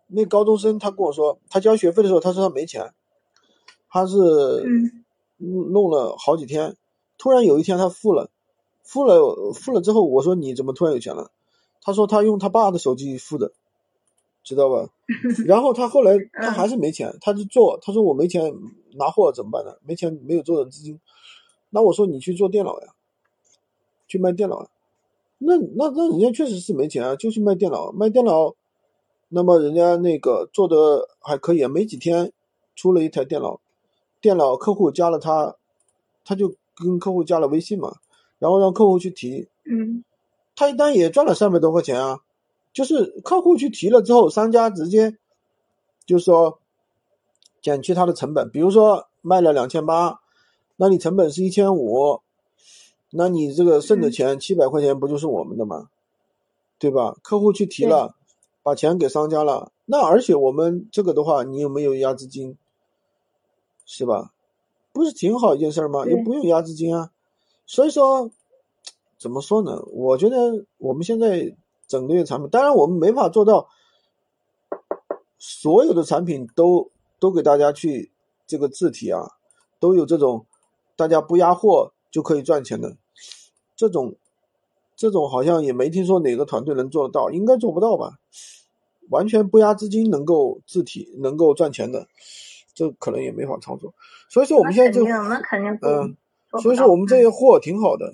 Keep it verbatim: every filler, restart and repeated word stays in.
那高中生他跟我说，他交学费的时候，他说他没钱，他是弄了好几天，突然有一天他付了，付了付了之后，我说你怎么突然有钱了？他说他用他爸的手机付的，知道吧？然后他后来他还是没钱，他就做，他说我没钱拿货怎么办呢？没钱没有做的资金，那我说你去做电脑呀，去卖电脑呀。那那那人家确实是没钱啊，就去卖电脑，卖电脑，那么人家那个做的还可以啊，没几天出了一台电脑，电脑客户加了他，他就跟客户加了微信嘛，然后让客户去提， 嗯， 他一单也赚了三百多块钱啊，就是客户去提了之后，商家直接就是说减去他的成本，比如说卖了两千八，那你成本是一千五。那你这个剩的钱七百块钱不就是我们的吗？对吧？客户去提了，把钱给商家了，那而且我们这个的话，你有没有压资金？是吧？不是挺好一件事吗？又不用压资金啊。所以说，怎么说呢？我觉得我们现在整个产品，当然我们没法做到所有的产品都都给大家去这个字体啊，都有这种大家不压货就可以赚钱的这种。这种好像也没听说哪个团队能做得到，应该做不到吧？完全不压资金能够字体能够赚钱的，这可能也没法操作。所以说我们现在这， 那肯定，那肯定嗯、 呃， 所以说我们这些货挺好的。